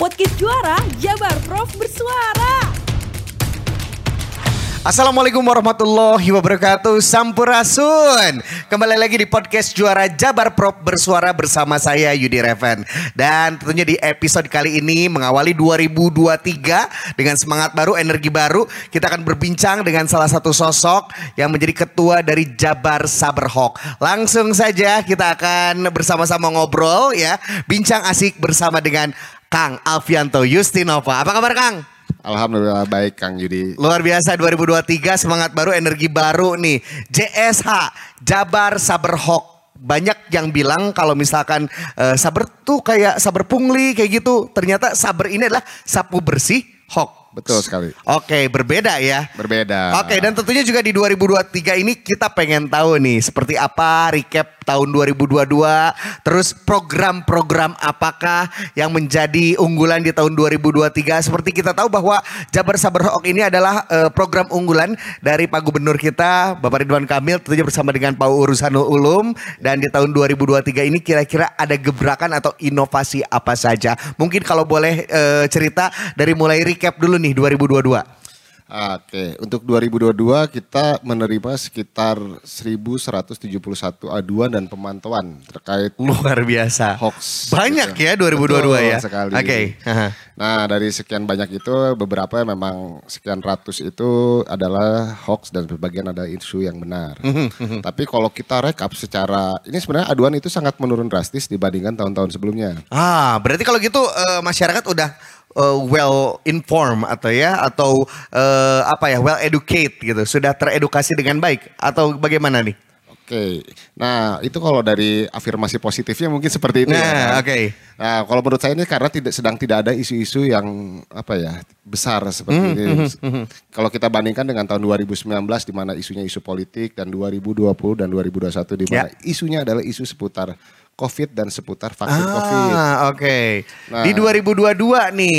Podcast Juara, Jabar Prof bersuara. Assalamualaikum warahmatullahi wabarakatuh. Sampurasun. Kembali lagi di podcast Juara Jabar Prof bersuara bersama saya Yudi Reven. Dan tentunya di episode kali ini mengawali 2023 dengan semangat baru, energi baru. Kita akan berbincang dengan salah satu sosok yang menjadi ketua dari Jabar Saberhok. Langsung saja kita akan bersama-sama ngobrol ya. Bincang asik bersama dengan Kang Alfianto Yustinova. Apa kabar Kang? Alhamdulillah baik Kang Yudi. Luar biasa 2023, semangat baru, energi baru nih. JSH, Jabar Saberhok. Banyak yang bilang kalau misalkan saber tuh kayak saber pungli kayak gitu. Ternyata saber ini adalah sapu bersih hok. Betul sekali. Oke, berbeda ya. Berbeda. Oke, dan tentunya juga di 2023 ini kita pengen tahu nih seperti apa recap tahun 2022. Terus program-program apakah yang menjadi unggulan di tahun 2023. Seperti kita tahu bahwa Jabar Saberhok ini adalah program unggulan dari Pak Gubernur kita Bapak Ridwan Kamil tentunya bersama dengan Pak Urusanul Ulum. Dan di tahun 2023 ini kira-kira ada gebrakan atau inovasi apa saja. Mungkin kalau boleh cerita dari mulai recap dulu nih 2022. Oke, untuk 2022 kita menerima sekitar 1.171 aduan dan pemantauan terkait Luar biasa. hoax. Banyak gitu. ya 2022 Betul ya. sekali. Oke. Nah dari sekian banyak itu beberapa memang sekian ratus itu adalah hoax dan sebagian ada isu yang benar. Tapi kalau kita rekap secara ini sebenarnya aduan itu sangat menurun drastis dibandingkan tahun-tahun sebelumnya. Berarti kalau gitu masyarakat udah well informed atau well educated gitu, sudah teredukasi dengan baik atau bagaimana nih? Oke, nah itu kalau dari afirmasi positifnya mungkin seperti itu ya. Oke. Nah kalau menurut saya ini karena sedang tidak ada isu-isu yang besar seperti ini. Kalau kita bandingkan dengan tahun 2019 di mana isunya isu politik dan 2020 dan 2021 di mana isunya adalah isu seputar COVID dan seputar vaksin COVID. Oke. Nah, di 2022 nih.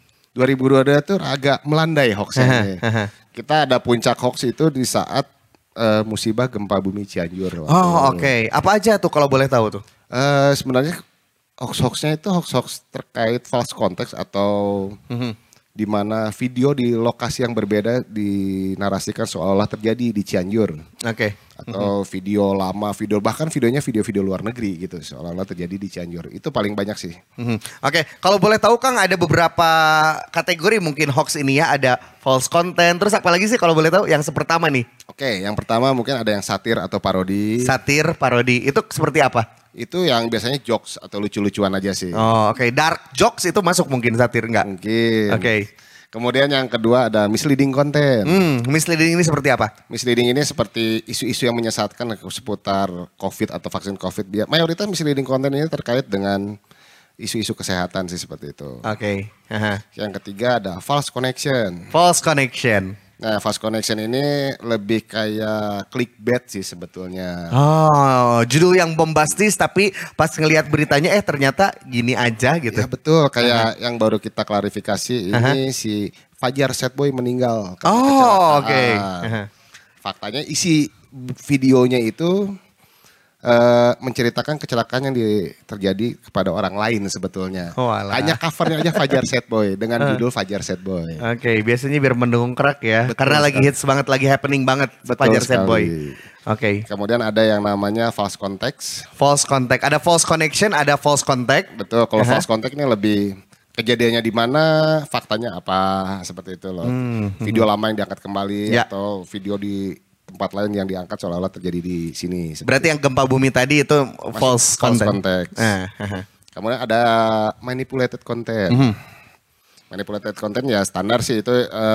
2022 itu agak melandai hoaxnya. Kita ada puncak hoax itu di saat musibah gempa bumi Cianjur. Oke. Apa aja tuh kalau boleh tahu tuh? Sebenarnya hoax-hoaxnya itu hoax-hoax terkait false context atau di mana video di lokasi yang berbeda dinarasikan seolah-olah terjadi di Cianjur. Oke. Atau video lama, bahkan videonya video-video luar negeri gitu seolah-olah terjadi di Cianjur. Itu paling banyak sih. Oke, kalau boleh tahu Kang ada beberapa kategori mungkin hoax ini ya, ada false content, terus apa lagi sih kalau boleh tahu yang pertama nih? Oke, yang pertama mungkin ada yang satir atau parodi. Satir, parodi, itu seperti apa? Itu yang biasanya jokes atau lucu-lucuan aja sih. Oke. Dark jokes itu masuk mungkin satir enggak? Mungkin. Oke. Kemudian yang kedua ada misleading content. Misleading ini seperti apa? Misleading ini seperti isu-isu yang menyesatkan seputar COVID atau vaksin COVID. Mayoritas misleading content ini terkait dengan isu-isu kesehatan sih seperti itu. Oke. Yang ketiga ada false connection. False connection. Nah, false connection ini lebih kayak clickbait sih sebetulnya. Judul yang bombastis tapi pas ngelihat beritanya ternyata gini aja gitu. Ya betul, kayak yang baru kita klarifikasi ini si Fajar Setboy meninggal. Oke. Faktanya isi videonya itu menceritakan kecelakaan yang terjadi kepada orang lain sebetulnya. Hanya covernya aja Fajar Setboy dengan judul Fajar Setboy. Oke, biasanya biar mendongkrak ya. Betul karena lagi hits banget, lagi happening banget Fajar Setboy. Oke. Kemudian ada yang namanya false context. False contact, ada false connection, ada false contact. Betul, kalau false context ini lebih kejadiannya di mana, faktanya apa, seperti itu loh. Video lama yang diangkat kembali atau video di tempat lain yang diangkat seolah-olah terjadi di sini. Berarti yang gempa bumi tadi itu false context. Kemudian ada manipulated content. Manipulated content ya standar sih itu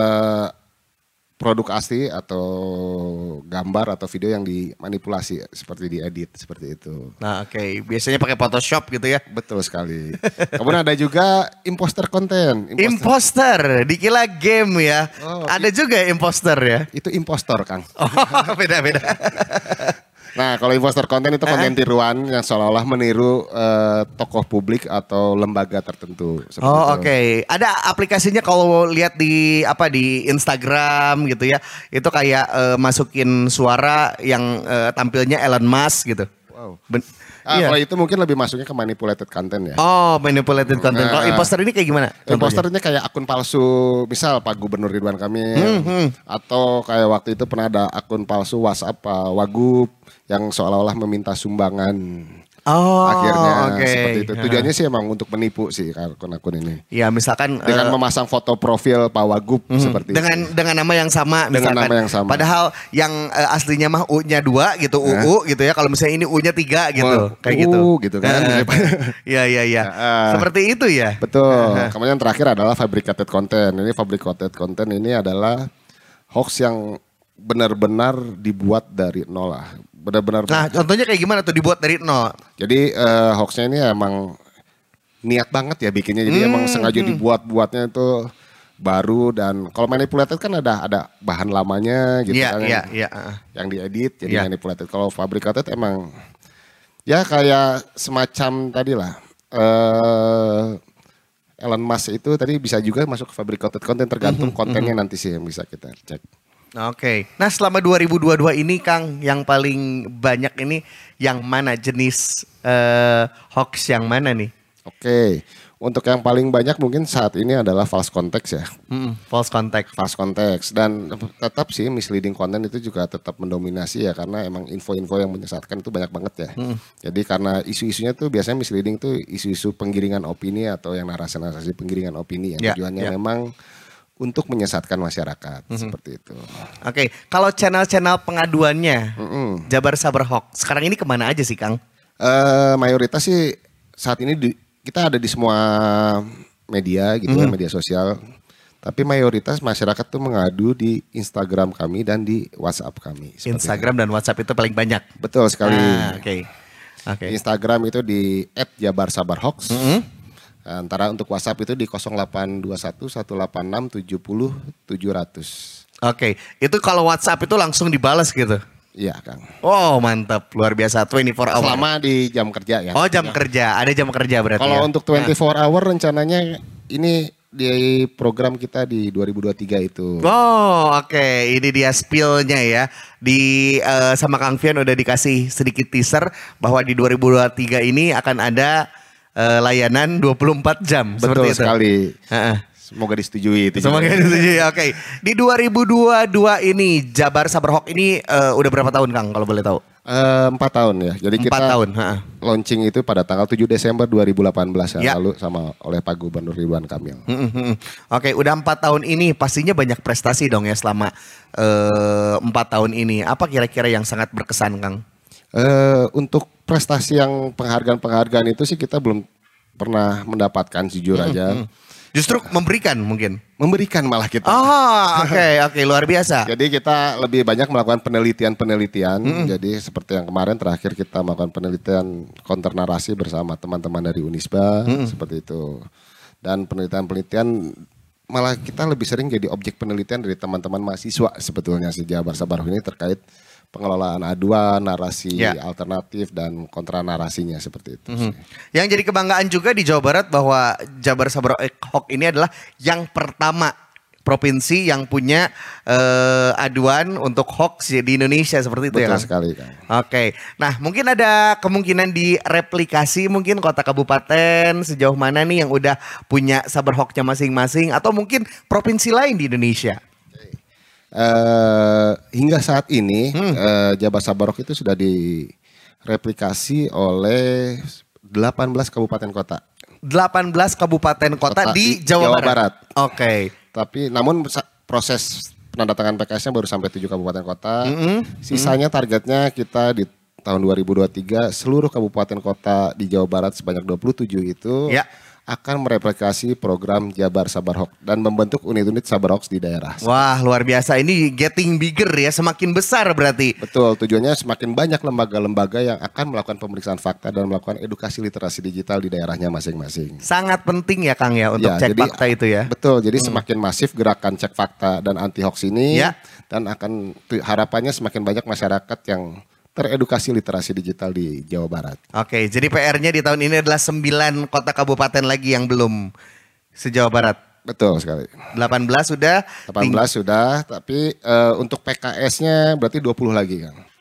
produk asli atau gambar atau video yang dimanipulasi seperti diedit seperti itu. Nah oke. Biasanya pakai Photoshop gitu ya. Betul sekali. Kemudian ada juga imposter content. Imposter, dikira game ya. Ada juga imposter ya. Itu impostor Kang. Beda-beda. Nah kalau imposter konten itu konten tiruan yang seolah-olah meniru tokoh publik atau lembaga tertentu. Oke. Ada aplikasinya kalau lihat di Instagram gitu ya. Itu kayak masukin suara yang tampilnya Elon Musk gitu. Wow. Iya. Kalau itu mungkin lebih masuknya ke manipulated content ya. Oh, manipulated content. Kalau imposter ini kayak gimana? Imposter ini kayak akun palsu, misal Pak Gubernur Ridwan Kamil, atau kayak waktu itu pernah ada akun palsu WhatsApp Pak Wagub yang seolah-olah meminta sumbangan. Oh, Akhirnya oke. seperti itu. Tujuannya sih emang untuk menipu sih akun-akun ini. Ya misalkan Dengan memasang foto profil Pak Wagub seperti itu. dengan nama yang sama Dengan misalkan. nama yang sama. Padahal yang aslinya mah U-nya 2 gitu, UU gitu ya. Kalau misalnya ini U-nya 3 gitu, kayak gitu. Gitu kan. Iya iya iya. Seperti itu ya. Betul. Kemudian terakhir adalah fabricated content. Ini fabricated content ini adalah hoax yang benar-benar dibuat dari nol lah. Benar-benar. Nah, contohnya kayak gimana tuh dibuat dari nol? Jadi hoaxnya ini emang niat banget ya bikinnya. Jadi emang sengaja dibuat-buatnya itu baru, dan kalau manipulated kan ada bahan lamanya gitu kan. Iya. Yang diedit jadi Iya. manipulated. Kalau fabricated emang ya kayak semacam tadi lah. Elon Musk itu tadi bisa juga masuk ke fabricated content, tergantung kontennya nanti sih yang bisa kita cek. Oke. Nah, selama 2022 ini Kang, yang paling banyak ini yang mana jenis hoax yang mana nih? Oke, untuk yang paling banyak mungkin saat ini adalah false context ya. False contact. False context, dan tetap sih misleading content itu juga tetap mendominasi ya, karena emang info-info yang menyesatkan itu banyak banget ya. Jadi karena isu-isunya tuh biasanya misleading tuh isu-isu penggiringan opini atau yang narasi-narasi penggiringan opini yang Ya, tujuannya ya. memang untuk menyesatkan masyarakat seperti itu. Oke, kalau channel-channel pengaduannya Jabar Sabar Hoax, sekarang ini kemana aja sih Kang? Mayoritas sih saat ini kita ada di semua media gitu ya, media sosial. Tapi mayoritas masyarakat tuh mengadu di Instagram kami dan di WhatsApp kami. seperti Instagram dan WhatsApp itu paling banyak. itu. Betul sekali. Oke. Instagram itu di @jabarsabarhoax. Antara untuk WhatsApp itu di 0821 186 70 700. Oke, itu kalau WhatsApp itu langsung dibalas gitu. Iya, Kang. Oh, mantap, luar biasa 24 hour. Selama di jam kerja ya. Oh, jam kerja, ada jam kerja berarti. Kalau ya? untuk 24 hour rencananya ini di program kita di 2023 itu. Oh, oke. Ini dia spillnya ya. Di sama Kang Fian udah dikasih sedikit teaser bahwa di 2023 ini akan ada layanan 24 jam. Betul seperti itu. sekali. Heeh. Semoga disetujui itu. Semoga juga. disetujui. Oke. Di 2022 ini Jabar Sabar Hoax ini udah berapa tahun Kang kalau boleh tahu? 4 tahun ya. Jadi 4 kita tahun. Heeh. launching itu pada tanggal 7 Desember 2018 yang Ya. lalu sama oleh Pak Gubernur Ridwan Kamil. Oke, udah 4 tahun ini pastinya banyak prestasi dong ya selama 4 tahun ini. Apa kira-kira yang sangat berkesan Kang? Untuk prestasi yang penghargaan-penghargaan itu sih kita belum pernah mendapatkan, jujur aja. Justru memberikan mungkin. Memberikan malah kita. Oh, oke, luar biasa. Jadi kita lebih banyak melakukan penelitian-penelitian. Jadi seperti yang kemarin terakhir kita melakukan penelitian counter narasi bersama teman-teman dari Unisba, seperti itu. Dan penelitian-penelitian malah kita lebih sering jadi objek penelitian dari teman-teman mahasiswa sebetulnya si Jabar Sabar ini terkait pengelolaan aduan, narasi Ya. alternatif dan kontra narasinya seperti itu. Sih. Yang jadi kebanggaan juga di Jawa Barat bahwa Jabar Sabar Hoax ini adalah yang pertama provinsi yang punya aduan untuk hoax di Indonesia seperti itu Betul ya Kang? sekali, Kang. Oke, nah mungkin ada kemungkinan direplikasi mungkin kota kabupaten sejauh mana nih yang udah punya Sabar Hoaxnya masing-masing atau mungkin provinsi lain di Indonesia? Hingga saat ini Jabar Sabarok itu sudah direplikasi oleh 18 kabupaten kota. 18 kabupaten kota di Jawa Barat. Oke. Tapi namun proses penandatangan PKS-nya baru sampai 7 kabupaten kota. Sisanya targetnya kita di tahun 2023 seluruh kabupaten kota di Jawa Barat sebanyak 27 itu Ya. akan mereplikasi program Jabar Sabar Hoax dan membentuk unit-unit Sabar Hoax di daerah. Wah, luar biasa. Ini getting bigger ya, semakin besar berarti. Betul, tujuannya semakin banyak lembaga-lembaga yang akan melakukan pemeriksaan fakta dan melakukan edukasi literasi digital di daerahnya masing-masing. Sangat penting ya Kang ya untuk Ya, cek jadi- fakta itu ya. Betul, jadi semakin masif gerakan cek fakta dan anti hoax ini Ya. dan akan harapannya semakin banyak masyarakat yang teredukasi literasi digital di Jawa Barat. Oke, jadi PR-nya di tahun ini adalah 9 kota kabupaten lagi yang belum se-Jawa Barat. Betul sekali. 18 sudah. 18 sudah, tapi untuk PKS-nya berarti 20 lagi, Kang.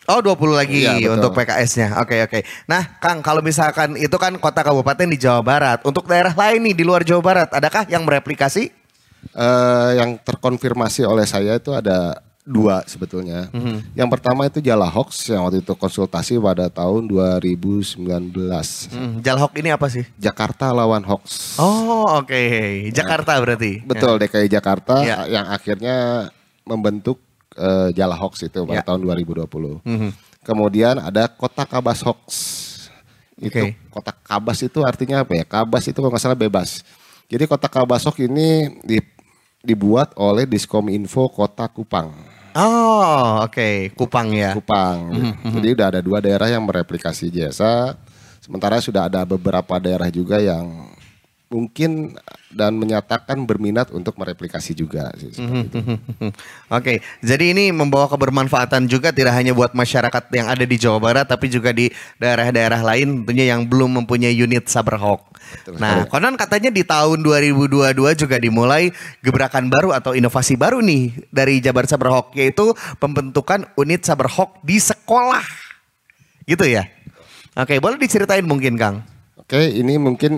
Oh 20 lagi Iya, betul. untuk PKS-nya. Oke. Nah Kang, kalau misalkan itu kan kota kabupaten di Jawa Barat. Untuk daerah lain nih di luar Jawa Barat, adakah yang mereplikasi? Yang terkonfirmasi oleh saya itu ada dua sebetulnya. Yang pertama itu Jalahox yang waktu itu konsultasi pada tahun 2019. Jalhok ini apa sih? Jakarta lawan hoax. Oh oke. Jakarta berarti. Betul, DKI Jakarta Ya. yang akhirnya membentuk Jalahox itu pada Ya. tahun 2020. Kemudian ada Kota Kabas Hoax. Itu Oke. Kota Kabas itu artinya apa ya? Kabas itu kalau nggak salah bebas. Jadi Kota Kabas Hoax ini dibuat oleh Diskominfo Kota Kupang. Oh oke. Kupang ya. Kupang. Jadi udah ada 2 daerah yang mereplikasi jasa. Sementara sudah ada beberapa daerah juga yang mungkin dan menyatakan berminat untuk mereplikasi juga sih, seperti itu. Oke, jadi ini membawa kebermanfaatan juga tidak hanya buat masyarakat yang ada di Jawa Barat, tapi juga di daerah-daerah lain tentunya yang belum mempunyai unit Saberhawk. Nah, konon katanya di tahun 2022 juga dimulai gebrakan baru atau inovasi baru nih dari Jabar Saberhawk, yaitu pembentukan unit Saberhawk di sekolah. Gitu ya? Oke, boleh diceritain mungkin Kang? Oke, ini mungkin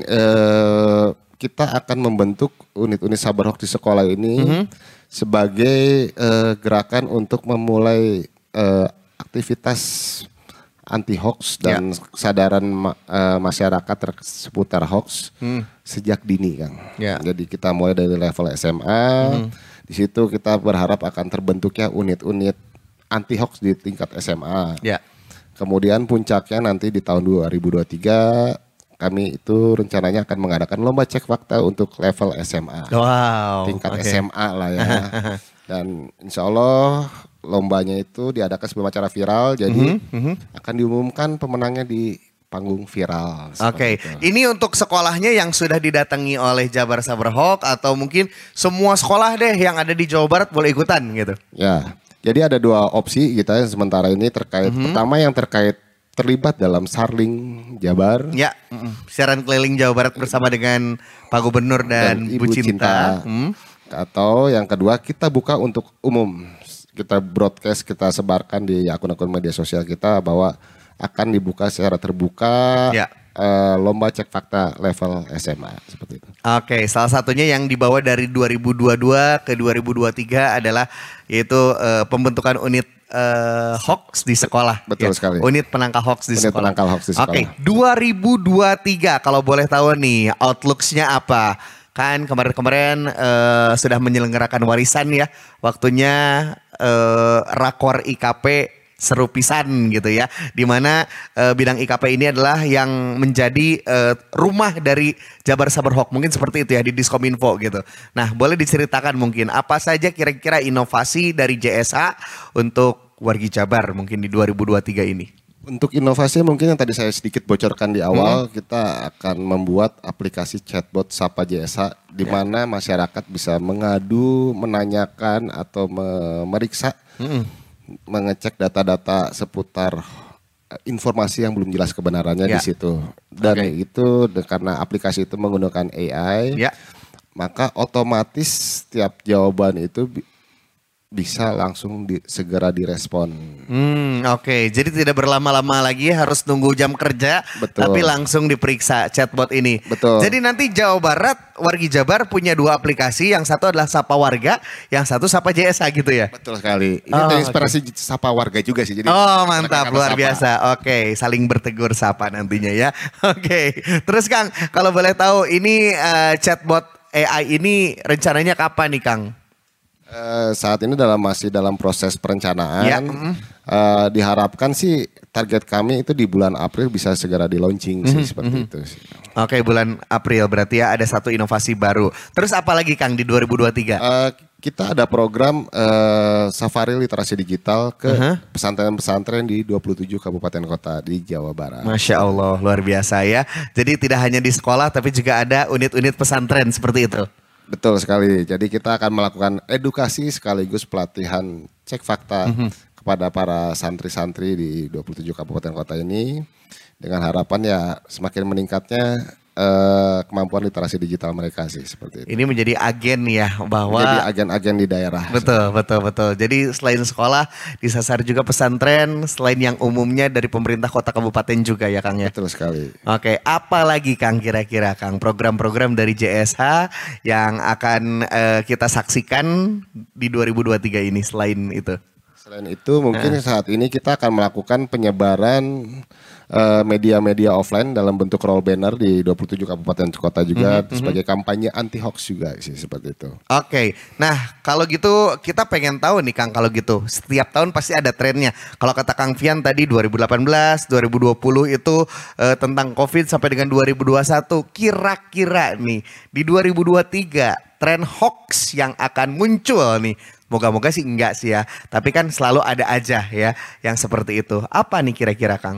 kita akan membentuk unit-unit Saberhawk di sekolah ini sebagai gerakan untuk memulai aktivitas anti hoax dan kesadaran masyarakat seputar hoax sejak dini, Kang. Ya. Jadi kita mulai dari level SMA. Di situ kita berharap akan terbentuknya unit-unit anti hoax di tingkat SMA. Ya. Kemudian puncaknya nanti di tahun 2023 kami itu rencananya akan mengadakan lomba cek fakta untuk level SMA. Wow. Tingkat oke. SMA lah ya. Dan insya Allah lombanya itu diadakan sebuah acara viral. Jadi akan diumumkan pemenangnya di panggung viral. Oke, seperti itu. ini untuk sekolahnya yang sudah didatangi oleh Jabar Saberhawk atau mungkin semua sekolah deh yang ada di Jawa Barat boleh ikutan gitu. Ya, jadi ada 2 opsi kita yang sementara ini terkait. Pertama yang terkait terlibat dalam Sarling Jabar. Ya, siaran keliling Jawa Barat bersama dengan Pak Gubernur dan Bu Cinta. Atau yang kedua kita buka untuk umum. Kita broadcast, kita sebarkan di akun-akun media sosial kita bahwa akan dibuka secara terbuka Ya. lomba cek fakta level SMA seperti itu. Oke, salah satunya yang dibawa dari 2022 ke 2023 adalah yaitu pembentukan unit hoax di sekolah. Betul sekali. Unit penangkal hoax di Unit sekolah. penangkal hoax di sekolah. Oke, 2023 kalau boleh tahu nih outlooks-nya apa? Kan kemarin-kemarin sudah menyelenggarakan warisan ya. Waktunya rakor IKP seru pisan gitu ya. Dimana bidang IKP ini adalah yang menjadi rumah dari Jabar Saberhawk. Mungkin seperti itu ya di Diskominfo gitu. Nah boleh diceritakan mungkin apa saja kira-kira inovasi dari JSA untuk wargi Jabar mungkin di 2023 ini. Untuk inovasi mungkin yang tadi saya sedikit bocorkan di awal, kita akan membuat aplikasi chatbot Sapa JSA di mana masyarakat bisa mengadu, menanyakan atau memeriksa, mengecek data-data seputar informasi yang belum jelas kebenarannya di situ. Dan itu karena aplikasi itu menggunakan AI, maka otomatis setiap jawaban itu bisa langsung segera direspon. Oke. Jadi tidak berlama-lama lagi harus tunggu jam kerja, Betul. tapi langsung diperiksa chatbot ini. Betul. Jadi nanti Jawa Barat, wargi Jabar punya 2 aplikasi, yang satu adalah Sapa Warga, yang satu Sapa JSA gitu ya. Betul sekali. Ini Oh, terinspirasi Sapa Warga juga sih. Jadi Oh mantap, kata-kata luar sapa. biasa. Oke, saling bertegur sapa nantinya ya. Oke, terus Kang, kalau boleh tahu ini chatbot AI ini rencananya kapan nih Kang? Saat ini masih dalam proses perencanaan. Ya, Diharapkan sih target kami itu di bulan April bisa segera di launching sih seperti itu sih. Oke, bulan April berarti ya ada satu inovasi baru. Terus apa lagi Kang di 2023? Kita ada program safari literasi digital ke pesantren-pesantren di 27 kabupaten kota di Jawa Barat. Masya Allah, luar biasa ya. Jadi tidak hanya di sekolah tapi juga ada unit-unit pesantren seperti itu. Betul sekali. Jadi kita akan melakukan edukasi sekaligus pelatihan cek fakta kepada para santri-santri di 27 kabupaten kota ini dengan harapan ya semakin meningkatnya kemampuan literasi digital mereka sih seperti itu. Ini menjadi agen ya bahwa Jadi agen-agen di daerah. betul. Jadi selain sekolah disasar juga pesantren, selain yang umumnya dari pemerintah kota kabupaten juga ya Kang ya. Betul sekali. Oke, apa lagi Kang kira-kira Kang program-program dari JSH yang akan kita saksikan di 2023 ini selain itu? Selain itu mungkin saat ini kita akan melakukan penyebaran media-media offline dalam bentuk roll banner di 27 kabupaten kota juga sebagai kampanye anti hoax juga sih seperti itu. Oke, nah kalau gitu kita pengen tahu nih Kang, kalau gitu setiap tahun pasti ada trennya. Kalau kata Kang Fian tadi 2018, 2020 itu tentang COVID sampai dengan 2021. Kira-kira nih di 2023 tren hoax yang akan muncul nih. Moga-moga sih enggak sih ya, tapi kan selalu ada aja ya yang seperti itu. Apa nih kira-kira Kang?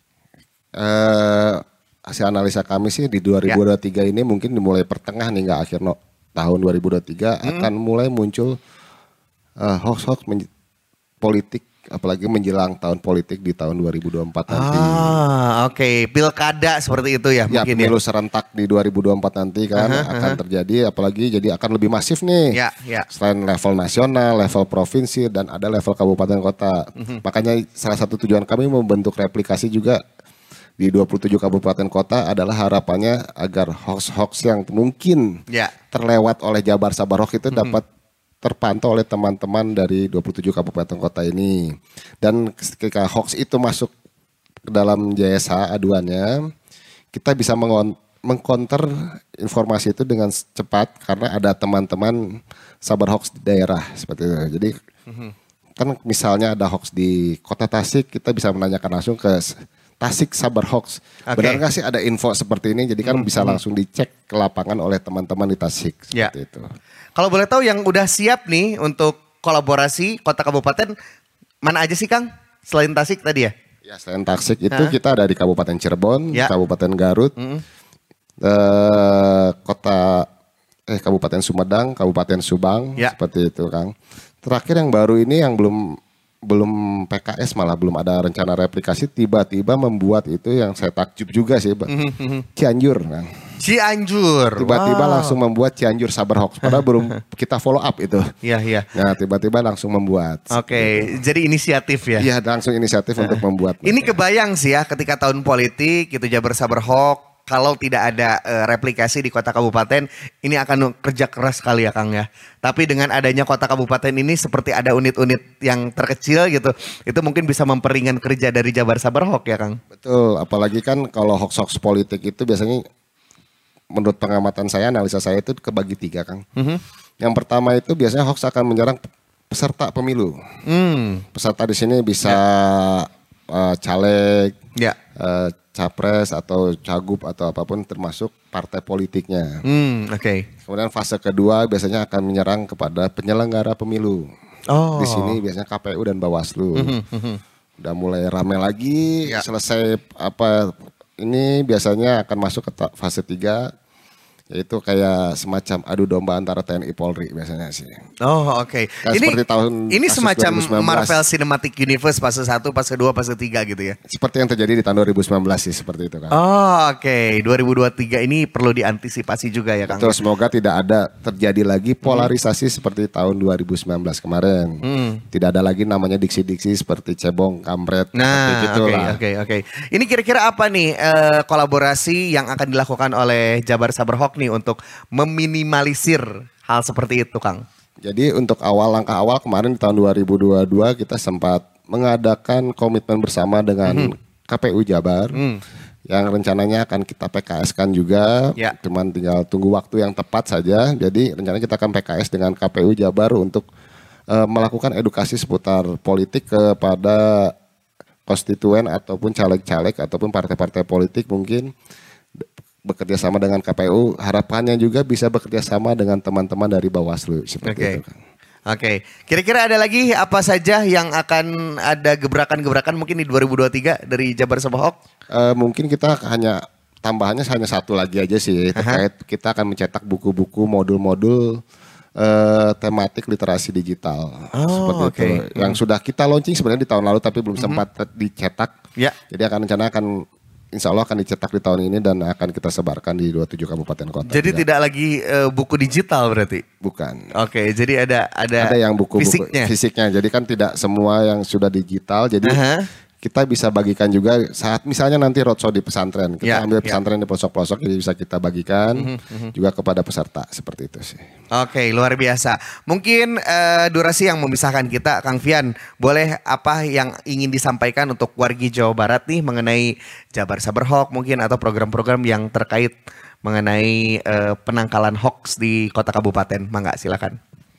Hasil analisa kami sih di 2023 ini mungkin dimulai pertengahan hingga akhir tahun 2023 akan mulai muncul hoax-hoax politik, apalagi menjelang tahun politik di tahun 2024 nanti. Oke. Pilkada seperti itu ya, Ya, mungkin pemilu serentak di 2024 nanti kan akan terjadi, apalagi jadi akan lebih masif nih. Ya. Selain level nasional, level provinsi, dan ada level kabupaten kota. Makanya salah satu tujuan kami membentuk replikasi juga di 27 kabupaten kota adalah harapannya agar hoax-hoax yang mungkin terlewat oleh Jabar Sabar Hoax itu dapat terpantau oleh teman-teman dari 27 kabupaten kota ini. Dan ketika hoax itu masuk ke dalam JSH aduannya, kita bisa mengcounter informasi itu dengan cepat karena ada teman-teman Sabar Hoax di daerah seperti itu. Jadi kan misalnya ada hoax di Kota Tasik, kita bisa menanyakan langsung ke Tasik Sabar Hoax. Benar nggak sih ada info seperti ini? Jadi kan bisa langsung dicek ke lapangan oleh teman-teman di Tasik seperti itu. Kalau boleh tahu yang udah siap nih untuk kolaborasi kota kabupaten mana aja sih Kang? Selain Tasik tadi ya? Ya, selain Tasik itu kita ada di Kabupaten Cirebon, Kabupaten Garut, Kabupaten Sumedang, Kabupaten Subang, seperti itu Kang. Terakhir yang baru ini yang belum PKS, malah belum ada rencana replikasi, tiba-tiba membuat itu yang saya takjub juga sih, Cianjur kan. Cianjur. Tiba-tiba langsung membuat Cianjur Sabar Hoax, padahal belum kita follow up itu. Iya. Nah, tiba-tiba langsung membuat. Oke, jadi inisiatif ya. Iya, langsung inisiatif untuk membuat. Ini kebayang sih ya ketika tahun politik gitu Jabar Sabar Hoax, kalau tidak ada replikasi di kota kabupaten, ini akan kerja keras sekali ya Kang ya. Tapi dengan adanya kota kabupaten ini seperti ada unit-unit yang terkecil gitu, itu mungkin bisa memperingan kerja dari Jabar Sabar Hoax ya Kang. Betul, apalagi kan kalau hoax-hoax politik itu biasanya menurut pengamatan saya, analisa saya itu kebagi 3 Kang. Yang pertama itu biasanya hoax akan menyerang peserta pemilu. Peserta di sini bisa caleg, capres atau cagup atau apapun termasuk partai politiknya. Kemudian fase kedua biasanya akan menyerang kepada penyelenggara pemilu. Di sini biasanya KPU dan Bawaslu. Udah mulai ramai lagi, selesai ini biasanya akan masuk ke fase 3. Yaitu kayak semacam adu domba antara TNI Polri biasanya sih. Oke. Nah, Ini semacam 2019. Marvel Cinematic Universe fase 1, fase 2, fase 3 gitu ya. Seperti yang terjadi di tahun 2019 sih, seperti itu kan. Oke. 2023 ini perlu diantisipasi juga ya Kang. Betul, semoga tidak ada terjadi lagi polarisasi seperti tahun 2019 kemarin. Tidak ada lagi namanya diksi-diksi seperti cebong, kampret, Oke. Ini kira-kira apa nih kolaborasi yang akan dilakukan oleh Jabar Sabar Hoax nih untuk meminimalisir hal seperti itu Kang? Jadi untuk langkah awal kemarin di tahun 2022 kita sempat mengadakan komitmen bersama dengan KPU Jabar yang rencananya akan kita PKS-kan juga, cuman tinggal tunggu waktu yang tepat saja. Jadi rencananya kita akan PKS dengan KPU Jabar untuk melakukan edukasi seputar politik kepada konstituen ataupun caleg-caleg ataupun partai-partai politik mungkin. Bekerja sama dengan KPU, harapannya juga bisa bekerja sama dengan teman-teman dari Bawaslu seperti itu kan. Oke. Kira-kira ada lagi apa saja yang akan ada gebrakan-gebrakan mungkin di 2023 dari Jabar Sabar Hoax? Mungkin kita tambahannya hanya satu lagi aja sih, terkait kita akan mencetak buku-buku modul-modul tematik literasi digital seperti itu. Yang sudah kita launching sebenarnya di tahun lalu tapi belum sempat dicetak. Jadi rencana akan insya Allah akan dicetak di tahun ini dan akan kita sebarkan di 27 kabupaten kota. Jadi tidak lagi buku digital berarti? Bukan. Oke, jadi ada yang buku fisiknya. Jadi kan tidak semua yang sudah digital. Jadi kita bisa bagikan juga saat misalnya nanti roadshow di pesantren. Kita ambil pesantren di pelosok-pelosok jadi bisa kita bagikan juga kepada peserta seperti itu sih. Oke, luar biasa. Mungkin durasi yang memisahkan kita, Kang Fian, boleh apa yang ingin disampaikan untuk wargi Jawa Barat nih mengenai Jabar Sabar Hoax mungkin atau program-program yang terkait mengenai penangkalan hoax di kota kabupaten? Mangga, silakan.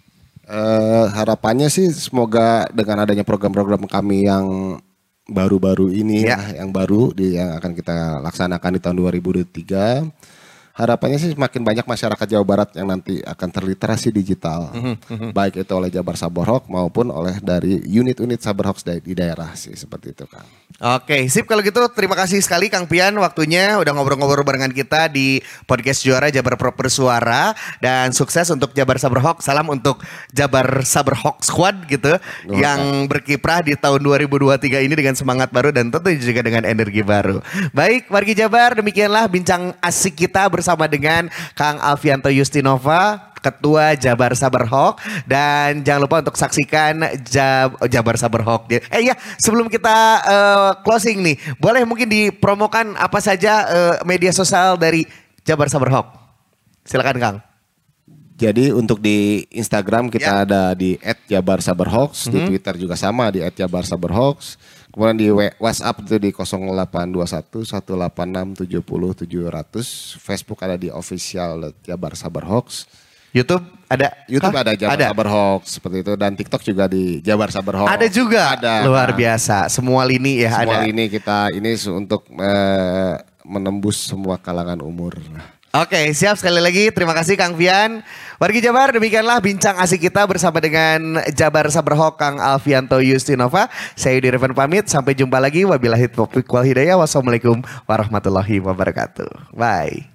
Harapannya sih semoga dengan adanya program-program kami yang baru-baru ini yang baru yang akan kita laksanakan di tahun 2023. Harapannya sih semakin banyak masyarakat Jawa Barat yang nanti akan terliterasi digital. Baik itu oleh Jabar Sabar Hoax maupun oleh dari unit-unit Sabar Hoax di daerah sih seperti itu Kang. Oke, sip kalau gitu terima kasih sekali Kang Pian waktunya udah ngobrol-ngobrol barengan kita di podcast Juara Jabar Pro Bersuara dan sukses untuk Jabar Sabar Hoax. Salam untuk Jabar Sabar Hoax Squad gitu yang berkiprah di tahun 2023 ini dengan semangat baru dan tentu juga dengan energi baru. Baik, wargi Jabar, demikianlah bincang asik kita bersama dengan Kang Alfianto Yustinova, Ketua Jabar Sabar Hoax, dan jangan lupa untuk saksikan Jabar Sabar Hoax. Ya, sebelum kita closing nih, boleh mungkin dipromokan apa saja media sosial dari Jabar Sabar Hoax. Silakan Kang. Jadi untuk di Instagram kita ada di @jabarsabarhoax, di Twitter juga sama di @jabarsabarhoax. Kemudian di WhatsApp itu di 0821 186 70 700. Facebook ada di official Jabar Sabar Hoax. YouTube ada? YouTube ada Jabar Sabar Hoax seperti itu dan TikTok juga di Jabar Sabar Hoax. Ada juga. Ada. Luar biasa. Semua lini ya semua ada. Lini kita ini untuk menembus semua kalangan umur. Oke, siap sekali lagi. Terima kasih Kang Fian. Wargi Jabar, demikianlah bincang asik kita bersama dengan Jabar Sabar Hoax Kang Alfianto Yustinova. Saya Yudi Revan pamit. Sampai jumpa lagi. Wabillahi taufiq wal hidayah. Wassalamualaikum warahmatullahi wabarakatuh. Bye.